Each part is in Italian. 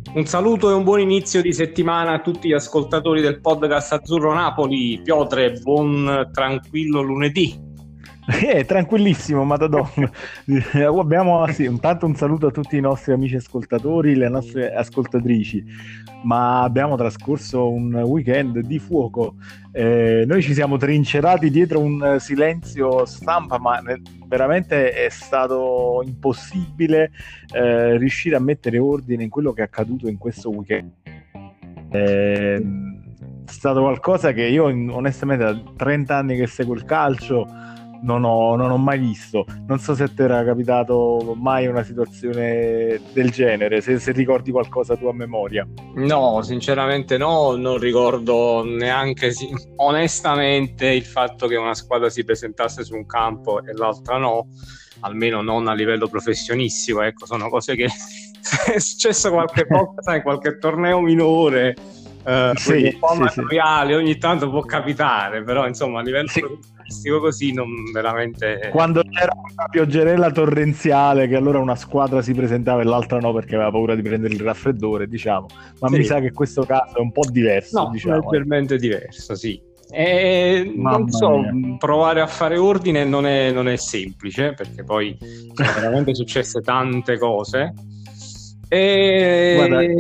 Un saluto e un buon inizio di settimana a tutti gli ascoltatori del podcast Azzurro Napoli. Piotre, buon tranquillo lunedì. Tranquillissimo, Matadon. Abbiamo sì, intanto un saluto a tutti i nostri amici ascoltatori, le nostre ascoltatrici. Ma abbiamo trascorso un weekend di fuoco. Noi ci siamo trincerati dietro un silenzio stampa, ma veramente è stato impossibile riuscire a mettere ordine in quello che è accaduto in questo weekend. È stato qualcosa che io onestamente da 30 anni che seguo il calcio non ho mai visto. Non so se ti era capitato mai una situazione del genere, se ricordi qualcosa tu a memoria. No, sinceramente no, non ricordo neanche onestamente il fatto che una squadra si presentasse su un campo e l'altra no, almeno non a livello professionistico. Ecco, sono cose che è successo qualche volta, sai, qualche torneo minore. Un po' amatoriale, ogni tanto può capitare, però insomma a livello professionistico così non veramente. Quando c'era una pioggerella torrenziale che allora una squadra si presentava e l'altra no perché aveva paura di prendere il raffreddore, diciamo, ma Sì. Mi sa che questo caso è un po' diverso, No, diciamo. leggermente diverso, sì. Non so, provare a fare ordine non è semplice, perché poi sono veramente successe tante cose. Guarda,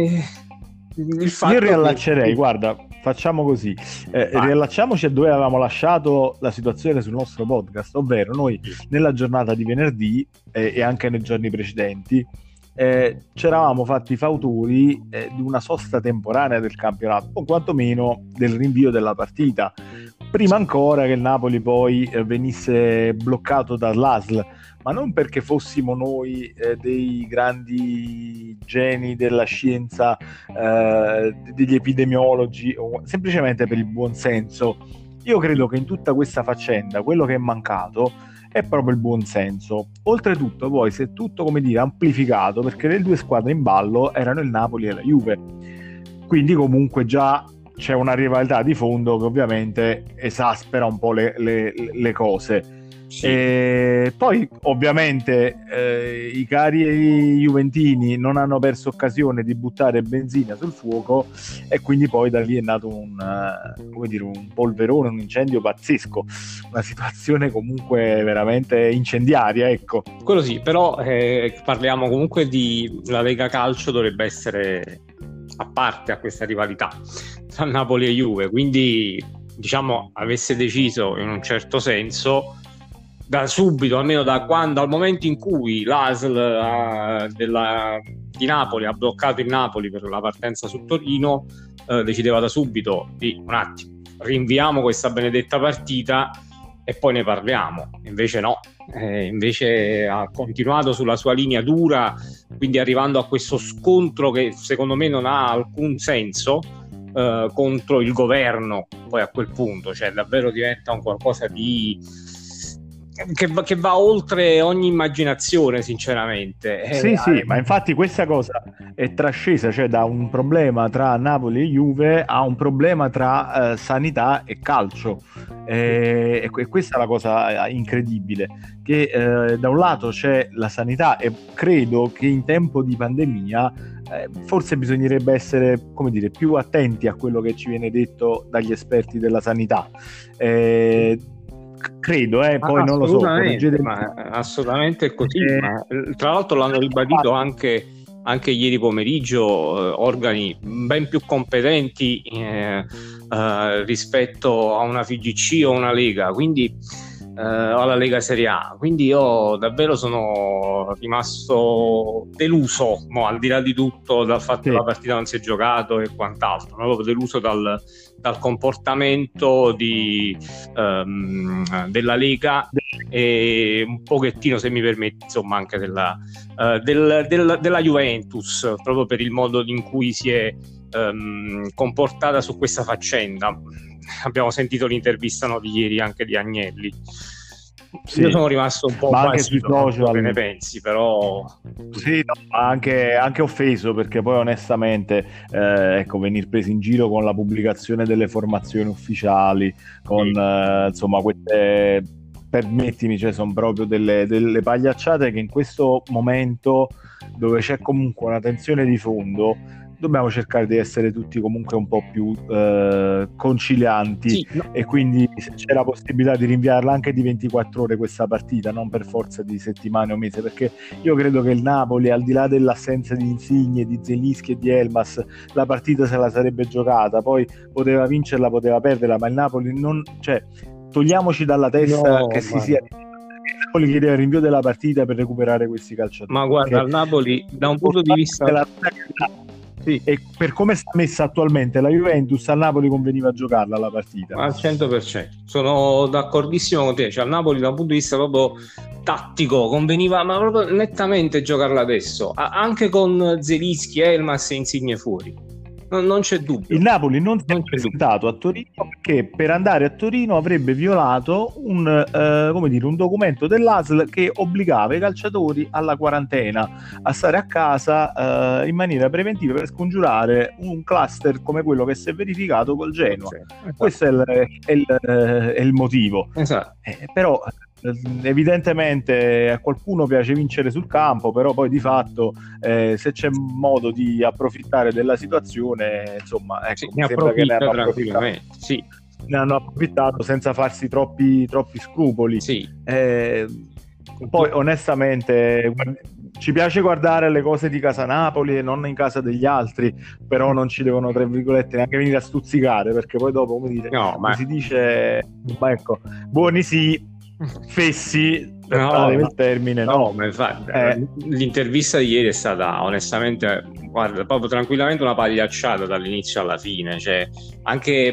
il fatto io riallaccerei, guarda, facciamo così, riallacciamoci a dove avevamo lasciato la situazione sul nostro podcast, ovvero noi nella giornata di venerdì e anche nei giorni precedenti ci eravamo fatti fautori di una sosta temporanea del campionato, o quantomeno del rinvio della partita, prima ancora che il Napoli poi venisse bloccato dall'ASL, ma non perché fossimo noi dei grandi geni della scienza, degli epidemiologi, o semplicemente per il buon senso. Io credo che in tutta questa faccenda quello che è mancato è proprio il buon senso. Oltretutto poi si è tutto, come dire, amplificato perché le due squadre in ballo erano il Napoli e la Juve, quindi comunque già c'è una rivalità di fondo che ovviamente esaspera un po' le cose. Sì. E poi ovviamente i cari juventini non hanno perso occasione di buttare benzina sul fuoco e quindi poi da lì è nato un polverone, un incendio pazzesco, una situazione comunque veramente incendiaria, ecco. Quello sì, però parliamo comunque di la Lega Calcio, dovrebbe essere a parte a questa rivalità tra Napoli e Juve, quindi diciamo avesse deciso in un certo senso da subito, almeno da quando, al momento in cui l'ASL di Napoli ha bloccato il Napoli per la partenza su Torino, decideva da subito di un attimo, rinviamo questa benedetta partita e poi ne parliamo. Invece no, invece ha continuato sulla sua linea dura, quindi arrivando a questo scontro che secondo me non ha alcun senso contro il governo. Poi a quel punto, cioè davvero diventa un qualcosa di che va oltre ogni immaginazione, sinceramente. Sì, ma infatti questa cosa è trascesa, cioè da un problema tra Napoli e Juve a un problema tra sanità e calcio. E questa è la cosa incredibile, che da un lato c'è la sanità e credo che in tempo di pandemia forse bisognerebbe essere, come dire, più attenti a quello che ci viene detto dagli esperti della sanità. Credo, poi non lo so, ma assolutamente è così. Ma, tra l'altro l'hanno ribadito anche ieri pomeriggio organi ben più competenti rispetto a una FIGC o una Lega, quindi alla Lega Serie A. Quindi io davvero sono rimasto deluso, al di là di tutto, dal fatto che la partita non si è giocato e quant'altro, proprio deluso dal comportamento della Lega e un pochettino, se mi permetti, insomma anche della Juventus, proprio per il modo in cui si è comportata su questa faccenda. Abbiamo sentito l'intervista di ieri anche di Agnelli. Sì. Io sono rimasto un po' basito, che ne pensi, però sì, no, anche offeso, perché poi onestamente venir presi in giro con la pubblicazione delle formazioni ufficiali, con insomma queste, permettimi, cioè sono proprio delle pagliacciate che in questo momento, dove c'è comunque una tensione di fondo, dobbiamo cercare di essere tutti comunque un po' più concilianti, Sì, no. e quindi se c'è la possibilità di rinviarla anche di 24 ore questa partita, non per forza di settimane o mese, perché io credo che il Napoli, al di là dell'assenza di Insigne, di Zelinski e di Elmas, la partita se la sarebbe giocata, poi poteva vincerla, poteva perderla, ma il Napoli non, cioè, togliamoci dalla testa che si sia Napoli chiedeva il rinvio della partita per recuperare questi calciatori. Ma guarda, il Napoli da un punto di vista sì, e per come sta messa attualmente la Juventus, al Napoli conveniva giocarla la partita al 100%, sono d'accordissimo con te, cioè al Napoli da un punto di vista proprio tattico conveniva, ma proprio nettamente giocarla adesso, anche con Zelinski, Elmas e Insigne fuori. Non c'è dubbio. Il Napoli non si è presentato a Torino perché per andare a Torino avrebbe violato un documento dell'ASL che obbligava i calciatori alla quarantena, a stare a casa in maniera preventiva per scongiurare un cluster come quello che si è verificato col Genoa. Esatto. Questo è il motivo. Esatto. Però evidentemente a qualcuno piace vincere sul campo, però poi di fatto se c'è modo di approfittare della situazione, insomma, ecco, sì, ne approfitta tranquillamente. Sì. Ne hanno approfittato senza farsi troppi scrupoli. Sì. Poi onestamente ci piace guardare le cose di casa Napoli e non in casa degli altri, però non ci devono, tra virgolette, neanche venire a stuzzicare, perché poi dopo, come dire, si dice, ma ecco, buoni sì, fessi, il termine, no. Ma infatti, l'intervista di ieri è stata onestamente, guarda, proprio tranquillamente una pagliacciata dall'inizio alla fine, cioè anche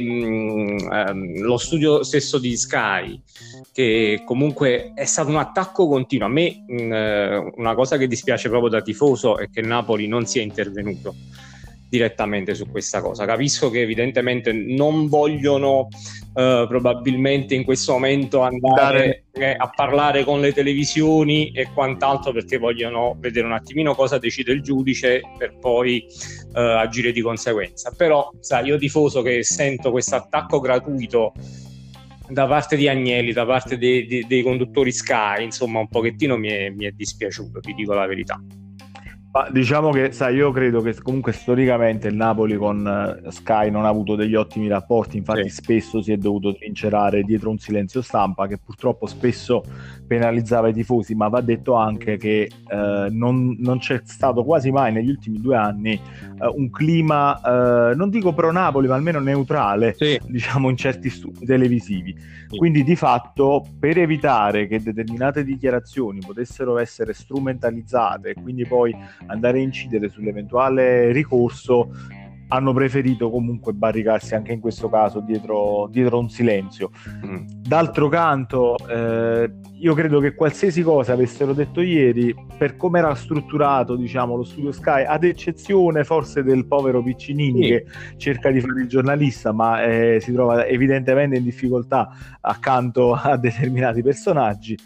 lo studio stesso di Sky, che comunque è stato un attacco continuo. A me una cosa che dispiace proprio da tifoso è che Napoli non sia intervenuto direttamente su questa cosa. Capisco che evidentemente non vogliono probabilmente in questo momento andare a parlare con le televisioni e quant'altro, perché vogliono vedere un attimino cosa decide il giudice per poi agire di conseguenza. Però sai, io tifoso che sento questo attacco gratuito da parte di Agnelli, da parte dei conduttori Sky, insomma un pochettino mi è dispiaciuto, ti dico la verità. Diciamo che, sai, io credo che comunque storicamente il Napoli con Sky non ha avuto degli ottimi rapporti, infatti spesso si è dovuto trincerare dietro un silenzio stampa che purtroppo spesso penalizzava i tifosi, ma va detto anche che non c'è stato quasi mai negli ultimi 2 anni un clima, non dico pro Napoli, ma almeno neutrale, diciamo, in certi studi televisivi. Quindi di fatto, per evitare che determinate dichiarazioni potessero essere strumentalizzate e quindi poi andare a incidere sull'eventuale ricorso, hanno preferito comunque barricarsi anche in questo caso dietro un silenzio. D'altro canto io credo che qualsiasi cosa avessero detto ieri, per come era strutturato, diciamo, lo studio Sky, ad eccezione forse del povero Piccinini che cerca di fare il giornalista ma si trova evidentemente in difficoltà accanto a determinati personaggi,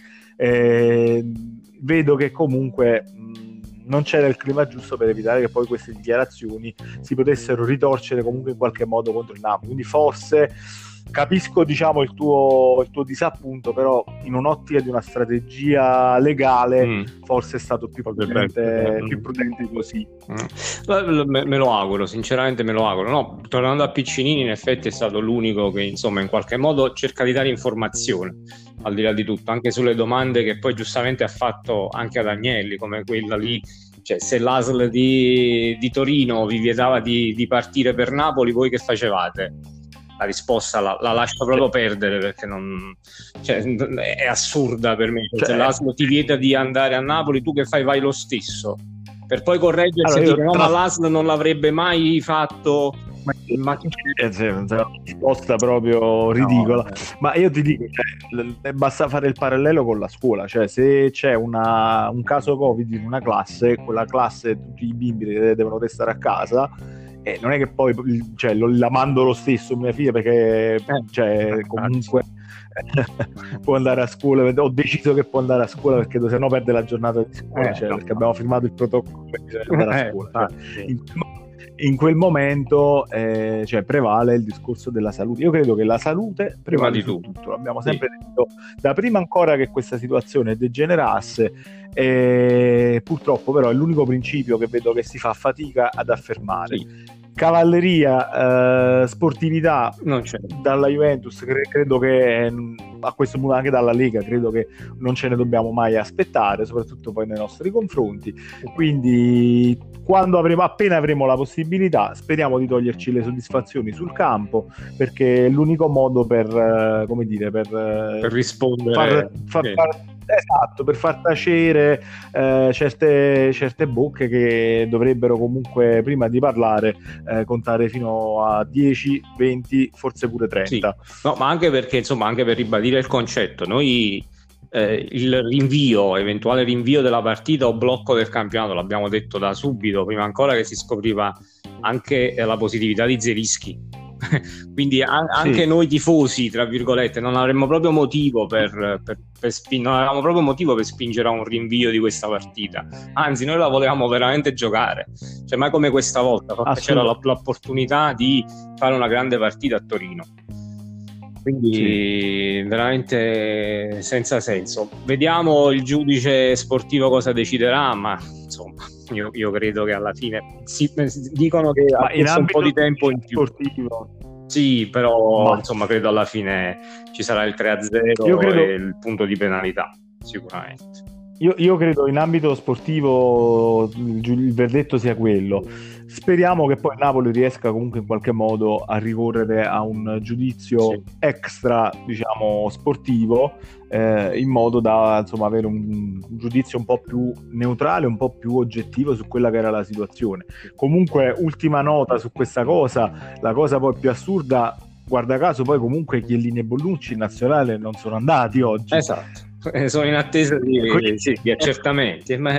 vedo che comunque non c'era il clima giusto per evitare che poi queste dichiarazioni si potessero ritorcere comunque in qualche modo contro il Napoli. Quindi forse capisco, diciamo, il tuo disappunto, però in un'ottica di una strategia legale forse è stato più prudente così. Me lo auguro, sinceramente me lo auguro. No, tornando a Piccinini, in effetti è stato l'unico che insomma in qualche modo cerca di dare informazione, al di là di tutto, anche sulle domande che poi giustamente ha fatto anche ad Agnelli, come quella lì, cioè se l'ASL di Torino vi vietava di partire per Napoli, voi che facevate? La risposta la lascio proprio perdere, perché è assurda per me. Se l'ASL ti vieta di andare a Napoli, tu che fai? Vai lo stesso, per poi correggersi e dire no, ma l'ASL non l'avrebbe mai fatto. Ma una risposta proprio ridicola. Ma io ti dico, basta fare il parallelo con la scuola, cioè se c'è un caso Covid in una classe, quella classe tutti i bimbi devono restare a casa, non è che poi la mando lo stesso mia figlia, perché comunque può andare a scuola, ho deciso che può andare a scuola perché se no perde la giornata di scuola, perché abbiamo firmato il protocollo, bisogna andare a scuola. in quel momento cioè, prevale il discorso della salute. Io credo che la salute prevale di tutto, l'abbiamo sempre detto da prima ancora che questa situazione degenerasse, purtroppo però è l'unico principio che vedo che si fa fatica ad affermare. Cavalleria, sportività non c'è. Dalla Juventus credo che a questo punto anche dalla Lega credo che non ce ne dobbiamo mai aspettare, soprattutto poi nei nostri confronti, quindi appena avremo la possibilità speriamo di toglierci le soddisfazioni sul campo, perché è l'unico modo per rispondere esatto, per far tacere certe bocche che dovrebbero comunque prima di parlare contare fino a 10, 20, forse pure 30. Sì. No, ma anche perché insomma, anche per ribadire il concetto, noi il eventuale rinvio della partita o blocco del campionato l'abbiamo detto da subito, prima ancora che si scopriva anche la positività di Zelinski. Quindi anche noi tifosi, tra virgolette, non avremmo proprio motivo non avevamo proprio motivo per spingere a un rinvio di questa partita, anzi noi la volevamo veramente giocare, cioè mai come questa volta c'era l'opportunità di fare una grande partita a Torino, quindi senza senso. Vediamo il giudice sportivo cosa deciderà, ma insomma io credo che alla fine dicono che ha messo un po' di tempo in più sportivo. Sì, però insomma credo alla fine ci sarà il 3-0 e il punto di penalità sicuramente. Io credo in ambito sportivo il verdetto sia quello. Speriamo che poi Napoli riesca comunque in qualche modo a ricorrere a un giudizio extra, diciamo, sportivo, in modo da avere un giudizio un po' più neutrale, un po' più oggettivo su quella che era la situazione. Comunque, ultima nota su questa cosa, la cosa poi più assurda, guarda caso poi comunque Chiellini e Bonucci in nazionale non sono andati oggi. Esatto, sono in attesa di accertamenti, ma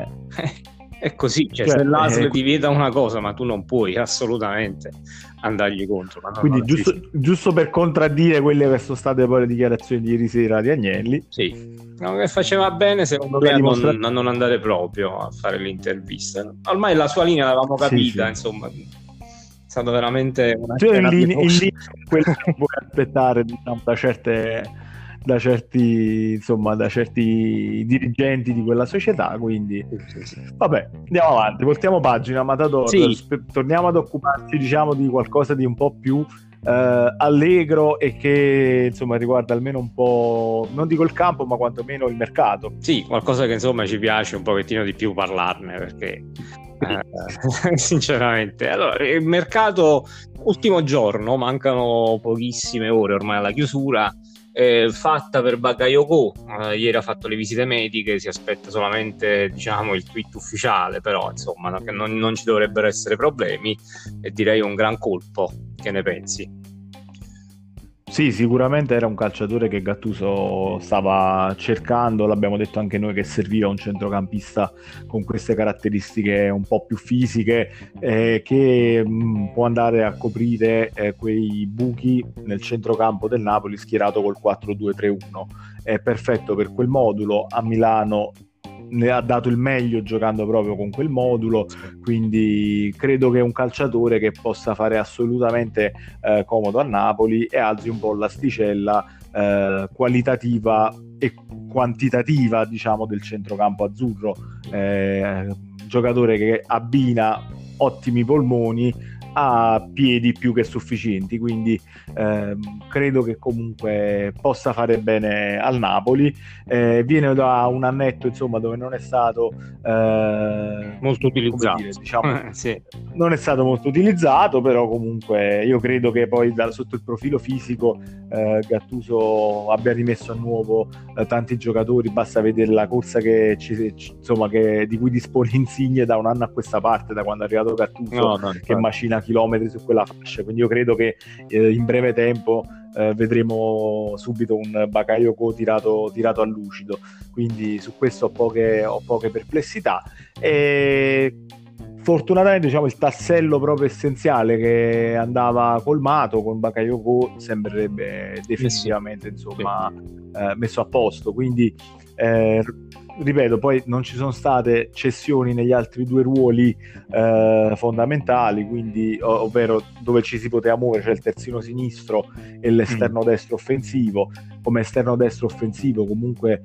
è così, cioè se l'ASL ti vieta una cosa, ma tu non puoi assolutamente andargli contro. Quindi giusto per contraddire quelle che sono state poi le dichiarazioni di ieri sera di Agnelli. Sì, no, che faceva bene secondo me a non andare proprio a fare l'intervista. Ormai la sua linea l'avevamo capita, insomma, è stato veramente una in linea quello che puoi aspettare, diciamo, da certi dirigenti di quella società, quindi vabbè, andiamo avanti, voltiamo pagina, Matador. Torniamo ad occuparci, diciamo, di qualcosa di un po' più allegro e che insomma riguarda almeno un po', non dico il campo, ma quantomeno il mercato. Sì, qualcosa che insomma ci piace un pochettino di più parlarne, perché sinceramente, allora, il mercato, ultimo giorno, mancano pochissime ore ormai alla chiusura, fatta per Bakayoko, ieri ha fatto le visite mediche, si aspetta solamente, diciamo, il tweet ufficiale, però insomma che non ci dovrebbero essere problemi, e direi un gran colpo. Che ne pensi? Sì, sicuramente era un calciatore che Gattuso stava cercando, l'abbiamo detto anche noi che serviva un centrocampista con queste caratteristiche un po' più fisiche, che può andare a coprire quei buchi nel centrocampo del Napoli schierato col 4-2-3-1. È perfetto per quel modulo, a Milano ne ha dato il meglio giocando proprio con quel modulo, quindi credo che è un calciatore che possa fare assolutamente comodo a Napoli e alzi un po' l'asticella qualitativa e quantitativa, diciamo, del centrocampo azzurro. Giocatore che abbina ottimi polmoni, ha piedi più che sufficienti, quindi credo che comunque possa fare bene al Napoli. Viene da un annetto, insomma, dove non è stato molto utilizzato, sì. Non è stato molto utilizzato, però comunque io credo che poi sotto il profilo fisico Gattuso abbia rimesso a nuovo tanti giocatori. Basta vedere la corsa di cui dispone Insigne da un anno a questa parte, da quando è arrivato Gattuso, che macina chilometri su quella fascia, quindi io credo che in breve tempo vedremo subito un Bakayoko tirato a lucido, quindi su questo ho poche perplessità. E fortunatamente, diciamo, il tassello proprio essenziale che andava colmato con Bakayoko sembrerebbe definitivamente, insomma, messo a posto, quindi ripeto, poi non ci sono state cessioni negli altri due ruoli fondamentali, quindi ovvero dove ci si poteva muovere, cioè il terzino sinistro e l'esterno destro offensivo. Come esterno destro offensivo comunque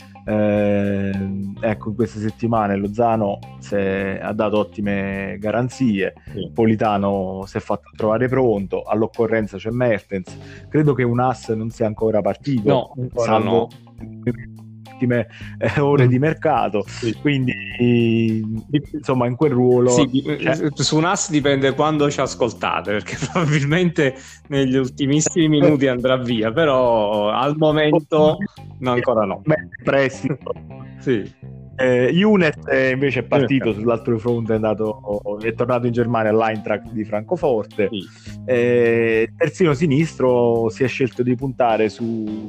ecco, in queste settimane Lozano ha dato ottime garanzie, Politano si è fatto trovare pronto, all'occorrenza c'è Mertens, credo che un ass non sia ancora partito, salvo ultime ore di mercato, quindi insomma in quel ruolo su un ass dipende quando ci ascoltate, perché probabilmente negli ultimissimi minuti andrà via, però al momento ancora no. Prestito. Younes invece è partito sull'altro fronte, è tornato in Germania all'Eintracht di Francoforte. Terzino sinistro si è scelto di puntare su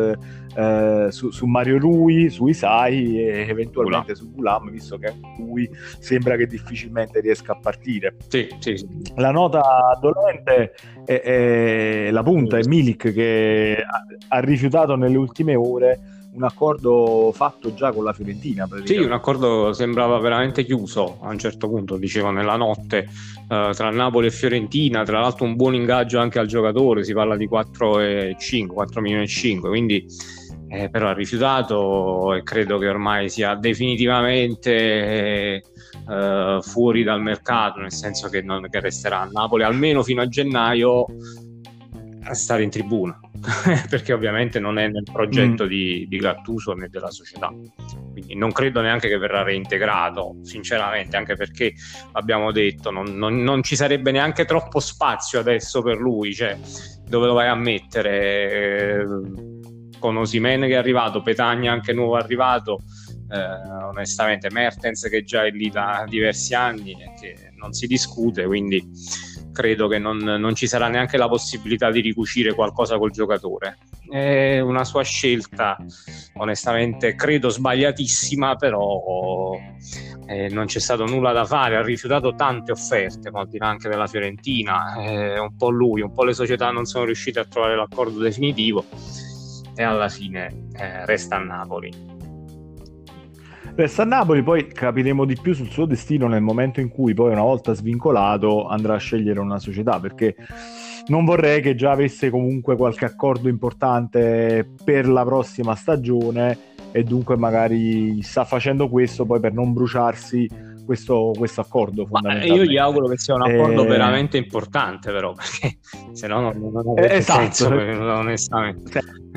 Mario Rui, su Isai e eventualmente su Gulam, visto che lui sembra che difficilmente riesca a partire. La nota dolente è la punta, è Milik, che ha rifiutato nelle ultime ore un accordo fatto già con la Fiorentina. Sì, un accordo sembrava veramente chiuso a un certo punto, dicevo nella notte, tra Napoli e Fiorentina, tra l'altro un buon ingaggio anche al giocatore, si parla di 4 milioni e 5, quindi però ha rifiutato, e credo che ormai sia definitivamente fuori dal mercato, nel senso che resterà a Napoli almeno fino a gennaio a stare in tribuna perché ovviamente non è nel progetto di Gattuso né della società, quindi non credo neanche che verrà reintegrato sinceramente, anche perché abbiamo detto non ci sarebbe neanche troppo spazio adesso per lui, cioè dove lo vai a mettere con Osimhen che è arrivato, Petagna anche nuovo arrivato, onestamente Mertens che già è lì da diversi anni e che non si discute, quindi credo che non ci sarà neanche la possibilità di ricucire qualcosa col giocatore. È una sua scelta onestamente credo sbagliatissima, però non c'è stato nulla da fare, ha rifiutato tante offerte, molti anche della Fiorentina, un po' lui, un po' le società non sono riuscite a trovare l'accordo definitivo e alla fine resta a Napoli. Resta a Napoli, poi capiremo di più sul suo destino nel momento in cui poi, una volta svincolato, andrà a scegliere una società, perché non vorrei che già avesse comunque qualche accordo importante per la prossima stagione e dunque magari sta facendo questo poi per non bruciarsi questo accordo fondamentalmente. Io gli auguro che sia un accordo veramente importante, però, perché se no non ha senso, onestamente.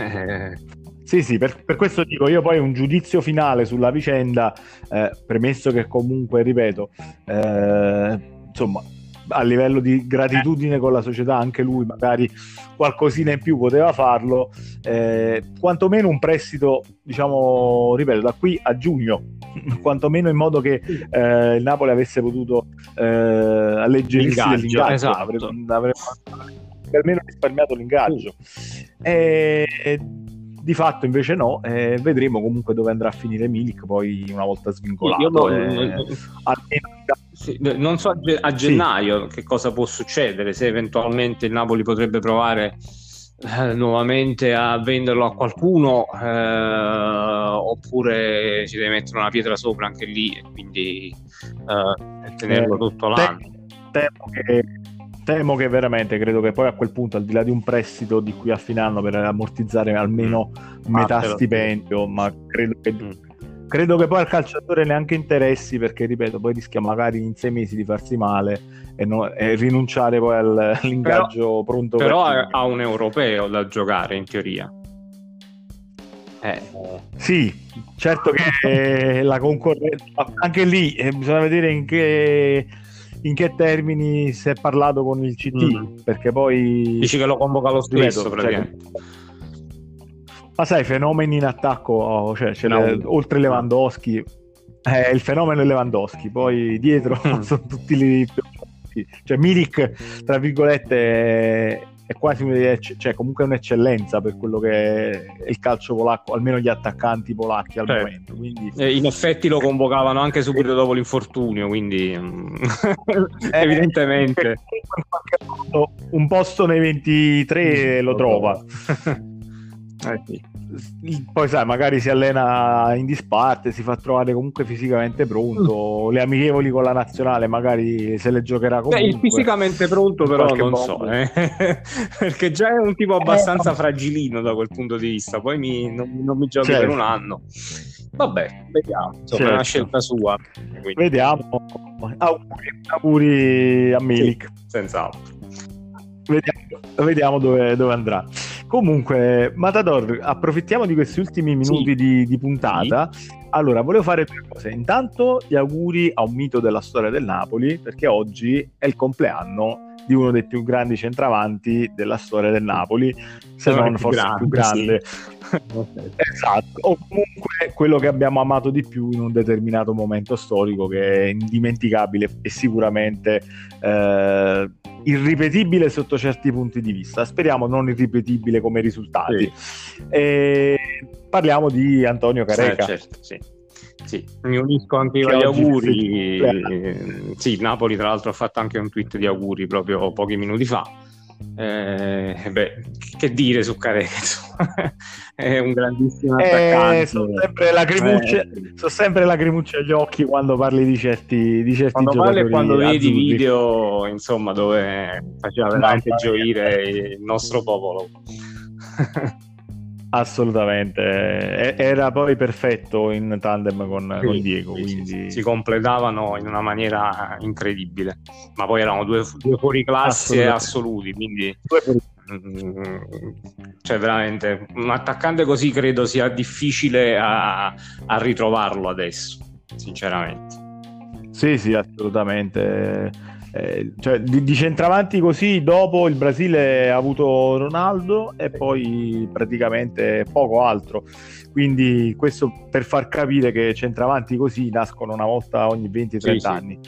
Sì, per questo dico, io poi un giudizio finale sulla vicenda, premesso che comunque, ripeto, insomma, a livello di gratitudine con la società anche lui magari qualcosina in più poteva farlo, quantomeno un prestito, diciamo, ripeto, da qui a giugno, quantomeno in modo che il Napoli avesse potuto alleggerirsi dell'ingaggio, esatto. avrebbe almeno risparmiato l'ingaggio. Di fatto invece no, vedremo comunque dove andrà a finire Milik poi una volta svincolato. Non so a gennaio che cosa può succedere, se eventualmente il Napoli potrebbe provare nuovamente a venderlo a qualcuno, oppure ci deve mettere una pietra sopra anche lì e quindi tenerlo tutto l'anno. Temo che veramente, credo che poi a quel punto, al di là di un prestito di qui a fine anno per ammortizzare almeno metà stipendio, ma credo che poi al calciatore neanche interessi, perché ripeto, poi rischia magari in 6 mesi di farsi male e rinunciare poi all'ingaggio pronto. Però ha un europeo da giocare in teoria. Sì, certo che la concorrenza anche lì bisogna vedere in che termini si è parlato con il CT, perché poi dici che lo convoca lo stesso, praticamente. Ma sai, fenomeni in attacco, cioè oltre Lewandowski, il fenomeno è Lewandowski, poi dietro sono tutti lì, cioè Milik, tra virgolette, è quasi cioè comunque un'eccellenza per quello che è il calcio polacco, almeno gli attaccanti polacchi al momento, quindi in effetti lo convocavano anche subito dopo l'infortunio, quindi evidentemente un posto nei 23 lo trova. Sì. Poi sai, magari si allena in disparte, si fa trovare comunque fisicamente pronto, le amichevoli con la nazionale magari se le giocherà comunque. Il fisicamente pronto però non modo. so, perché già è un tipo abbastanza fragilino da quel punto di vista, poi non mi giochi per un anno. Vabbè, vediamo, insomma, è una scelta sua. Quindi. Vediamo. Auguri a Milik. Senz'altro. Vediamo dove andrà. Comunque, Matador, approfittiamo di questi ultimi minuti di puntata. Allora, volevo fare due cose. Intanto gli auguri a un mito della storia del Napoli, perché oggi è il compleanno di uno dei più grandi centravanti della storia del Napoli, se non forse il più grande. Esatto, o comunque quello che abbiamo amato di più in un determinato momento storico, che è indimenticabile e sicuramente irripetibile sotto certi punti di vista, speriamo non irripetibile come risultati. Parliamo di Antonio Careca. Certo, sì, mi unisco anche io agli auguri. Sì, Napoli tra l'altro ha fatto anche un tweet di auguri proprio pochi minuti fa. Che dire su Careca, è un grandissimo attaccante. Sono sempre lacrimucce agli occhi quando parli di certi quando giocatori, parli e quando vedi azzurri. Video, insomma, dove faceva veramente gioire il nostro popolo. Assolutamente, era poi perfetto in tandem con Diego, quindi si completavano in una maniera incredibile, ma poi erano due fuoriclasse assoluti, quindi cioè veramente un attaccante così credo sia difficile a ritrovarlo adesso, sinceramente. Sì, assolutamente. Cioè, di centravanti così, dopo il Brasile ha avuto Ronaldo e poi praticamente poco altro, quindi questo per far capire che centravanti così nascono una volta ogni 20-30 anni.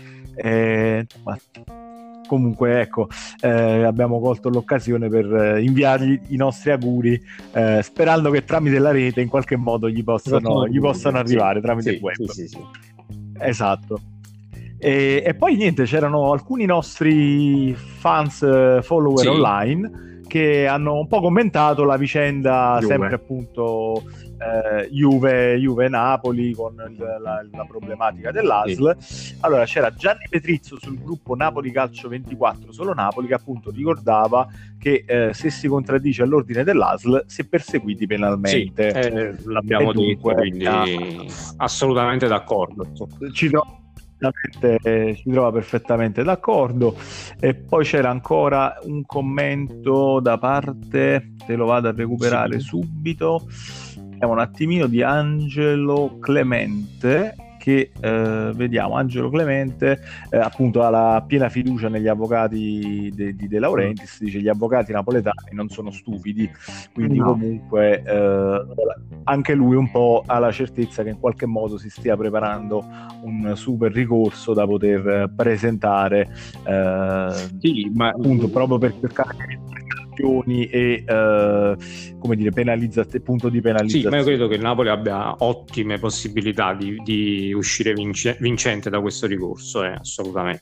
Comunque ecco, abbiamo colto l'occasione per inviargli i nostri auguri, sperando che tramite la rete in qualche modo gli possano arrivare tramite il web. Sì. Esatto. E poi niente, c'erano alcuni nostri fans follower online che hanno un po' commentato la vicenda sempre appunto Juve-Napoli con la problematica dell'ASL. Allora c'era Gianni Petrizzo sul gruppo Napoli Calcio 24 Solo Napoli, che appunto ricordava che se si contraddice all'ordine dell'ASL si è perseguiti penalmente. L'abbiamo detto, quindi assolutamente d'accordo. Ci trova perfettamente d'accordo. E poi c'era ancora un commento da parte, te lo vado a recuperare subito, vediamo un attimino, di Angelo Clemente, che vediamo, Angelo Clemente appunto ha la piena fiducia negli avvocati di De Laurentiis, dice gli avvocati napoletani non sono stupidi, quindi comunque anche lui un po' ha la certezza che in qualche modo si stia preparando un super ricorso da poter presentare appunto proprio per cercare e come dire punto di penalizzazione. Sì, ma io credo che il Napoli abbia ottime possibilità di uscire vincente da questo ricorso, assolutamente.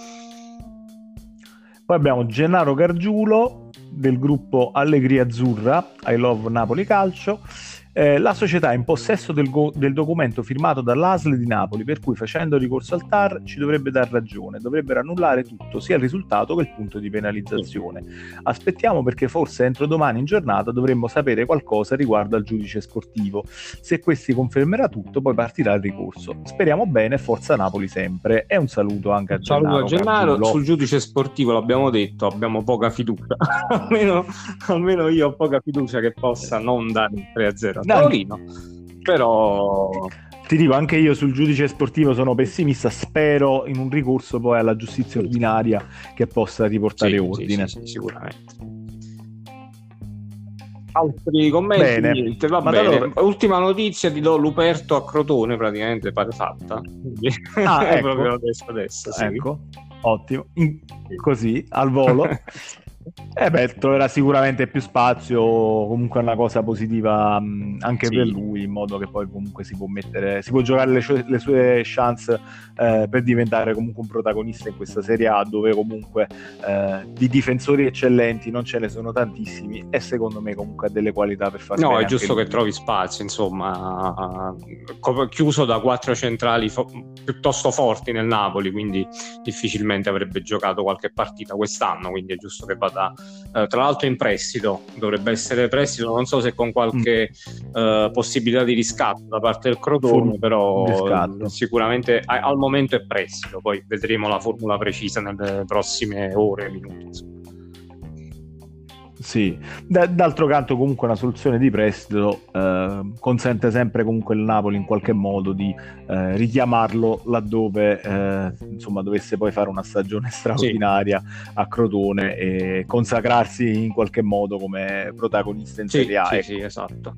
Poi abbiamo Gennaro Gargiulo del gruppo Allegria Azzurra, I Love Napoli Calcio. La società è in possesso del documento firmato dall'ASL di Napoli, per cui facendo ricorso al TAR ci dovrebbe dar ragione, dovrebbero annullare tutto, sia il risultato che il punto di penalizzazione. Aspettiamo, perché forse entro domani in giornata dovremmo sapere qualcosa riguardo al giudice sportivo. Se questi confermerà tutto, poi partirà il ricorso. Speriamo bene, forza Napoli sempre. E un saluto anche a Gennaro. Gennaro. Sul giudice sportivo l'abbiamo detto, abbiamo poca fiducia. almeno io ho poca fiducia che possa non dare il 3-0 a Torino, però ti dico, anche io sul giudice sportivo sono pessimista, spero in un ricorso poi alla giustizia ordinaria che possa riportare ordine. Sì, sicuramente. Altri commenti? Niente, va bene. Allora, ultima notizia, ti do Luperto a Crotone, praticamente pare fatta. Ecco. Proprio adesso sì. Ecco, ottimo, così al volo. Troverà sicuramente più spazio, comunque è una cosa positiva anche Sì. per lui, in modo che poi comunque si può giocare le sue chance per diventare comunque un protagonista in questa Serie A, dove comunque di difensori eccellenti non ce ne sono tantissimi, e secondo me comunque ha delle qualità per fare No, bene è giusto anche che lui. trovi spazio, insomma, chiuso da 4 centrali piuttosto forti nel Napoli, quindi difficilmente avrebbe giocato qualche partita quest'anno, quindi è giusto che vada, tra l'altro in prestito, dovrebbe essere prestito, non so se con qualche possibilità di riscatto da parte del Crotone, però sicuramente al momento è prestito, poi vedremo la formula precisa nelle prossime ore, minuti, insomma. Sì, d'altro canto comunque una soluzione di prestito consente sempre comunque il Napoli in qualche modo di richiamarlo laddove insomma dovesse poi fare una stagione straordinaria a Crotone e consacrarsi in qualche modo come protagonista in Serie A. Sì, esatto.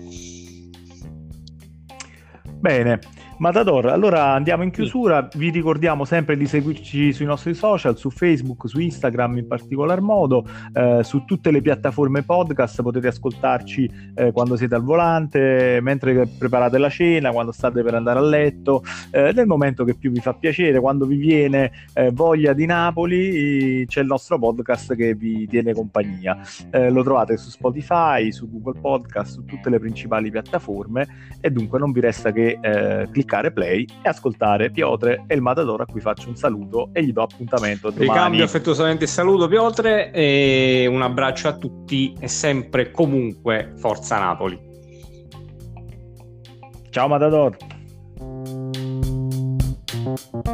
Bene, Matador, allora andiamo in chiusura, vi ricordiamo sempre di seguirci sui nostri social, su Facebook, su Instagram in particolar modo, su tutte le piattaforme podcast, potete ascoltarci quando siete al volante, mentre preparate la cena, quando state per andare a letto, nel momento che più vi fa piacere, quando vi viene voglia di Napoli, c'è il nostro podcast che vi tiene compagnia. Lo trovate su Spotify, su Google Podcast, su tutte le principali piattaforme, e dunque non vi resta che cliccare play e ascoltare Piotre e il Matador, a cui faccio un saluto e gli do appuntamento domani. Ricambio affettuosamente il saluto, Piotre, e un abbraccio a tutti e sempre comunque Forza Napoli. Ciao Matador.